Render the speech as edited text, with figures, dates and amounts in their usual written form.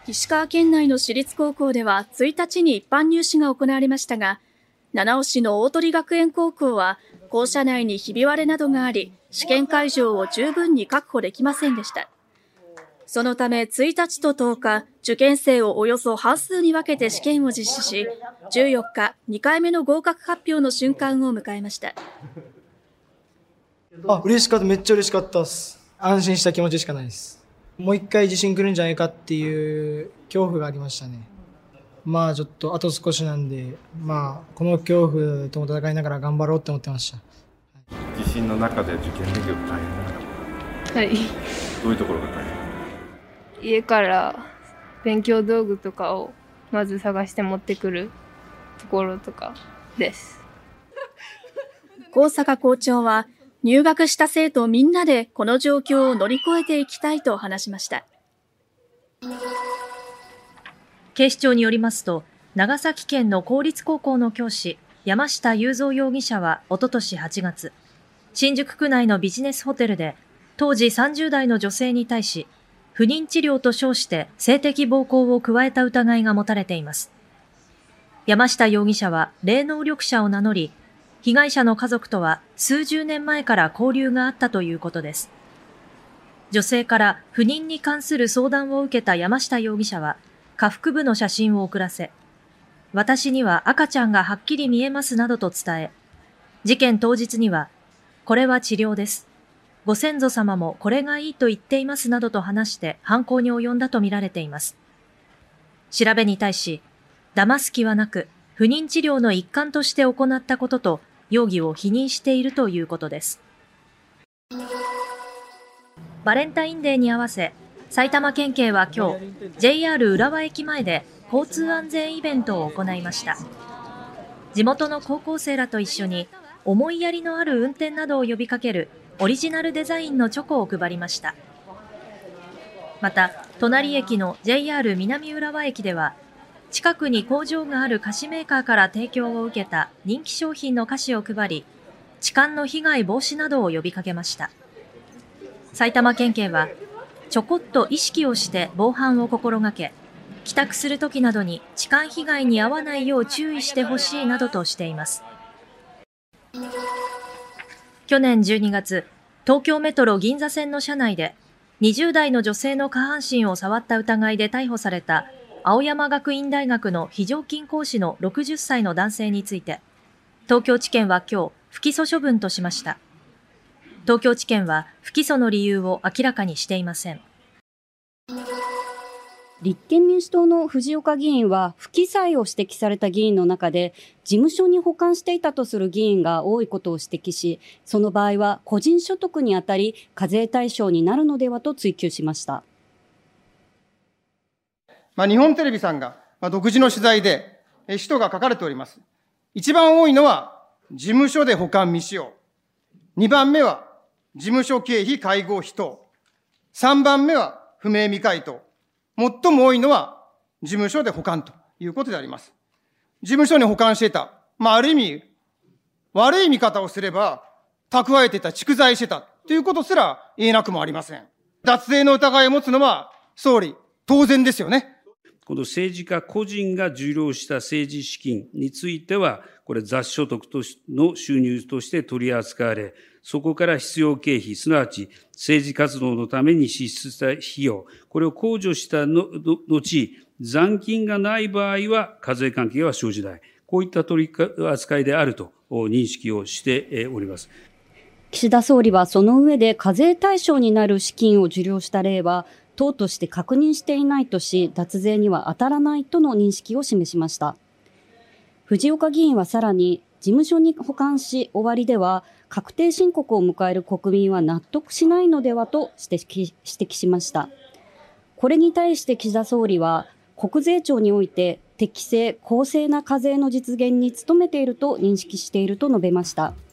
石川県内の私立高校では1日に一般入試が行われましたが、七尾市の大鳥学園高校は校舎内にひび割れなどがあり、試験会場を十分に確保できませんでした。そのため1日と10日、受験生をおよそ半数に分けて試験を実施し、14日、2回目の合格発表の瞬間を迎えました。 嬉しかった。めっちゃ嬉しかったです。安心した気持ちしかないです。もう一回地震来るんじゃないかっていう恐怖がありましたね。ちょっとあと少しなんで、この恐怖とも戦いながら頑張ろうって思ってました。 地震の中で受験勉強大変だった。 はい。 どういうところが大変？ 家から勉強道具とかをまず探して持ってくるところとかです。 高坂校長は、入学した生徒みんなでこの状況を乗り越えていきたいと話しました。 警視庁によりますと、長崎県の公立高校の教師、山下雄三容疑者はおととし8月、新宿区内のビジネスホテルで、当時30代の女性に対し、不妊治療と称して性的暴行を加えた疑いが持たれています。山下容疑者は霊能力者を名乗り、被害者の家族とは数十年前から交流があったということです。女性から不妊に関する相談を受けた山下容疑者は、下腹部の写真を送らせ、私には赤ちゃんがはっきり見えますなどと伝え、事件当日には、これは治療です。ご先祖様もこれがいいと言っていますなどと話して犯行に及んだとみられています。調べに対し、騙す気はなく、不妊治療の一環として行ったことと、容疑を否認しているということです。バレンタインデーに合わせ、埼玉県警は今日、JR 浦和駅前で交通安全イベントを行いました。地元の高校生らと一緒に、思いやりのある運転などを呼びかけるオリジナルデザインのチョコを配りました。また、隣駅の JR 南浦和駅では、近くに工場がある菓子メーカーから提供を受けた人気商品の菓子を配り、痴漢の被害防止などを呼びかけました。埼玉県警は、ちょこっと意識をして防犯を心がけ、帰宅するときなどに痴漢被害に遭わないよう注意してほしいなどとしています。去年12月、東京メトロ銀座線の車内で、20代の女性の下半身を触った疑いで逮捕された青山学院大学の非常勤講師の60歳の男性について、東京地検は今日、不起訴処分としました。東京地検は不起訴の理由を明らかにしていません。 立憲民主党の藤岡議員は不記載を指摘された議員の中で事務所に保管していたとする議員が多いことを指摘し、その場合は個人所得にあたり課税対象になるのではと追及しました。 日本テレビさんが独自の取材で使途が書かれております。一番多いのは事務所で保管未使用。2番目は事務所経費会合費等。3番目は不明未回答。最も多いのは事務所で保管ということであります。事務所に保管していた。ある意味、悪い見方をすれば、蓄えていた、蓄財してたということすら言えなくもありません。脱税の疑いを持つのは、総理、当然ですよね。 この政治家個人が受領した政治資金については、これ雑所得の収入として取り扱われ、そこから必要経費、すなわち政治活動のために支出した費用、これを控除した後、残金がない場合は課税関係は生じない。こういった取り扱いであると認識をしております。 岸田総理はその上で課税対象になる資金を受領した例は、党として確認していないとし、脱税には当たらないとの認識を示しました。藤岡議員はさらに、事務所に保管し終わりでは、確定申告を迎える国民は納得しないのではと指摘しました。これに対して岸田総理は、国税庁において適正、公正な課税の実現に努めていると認識していると述べました。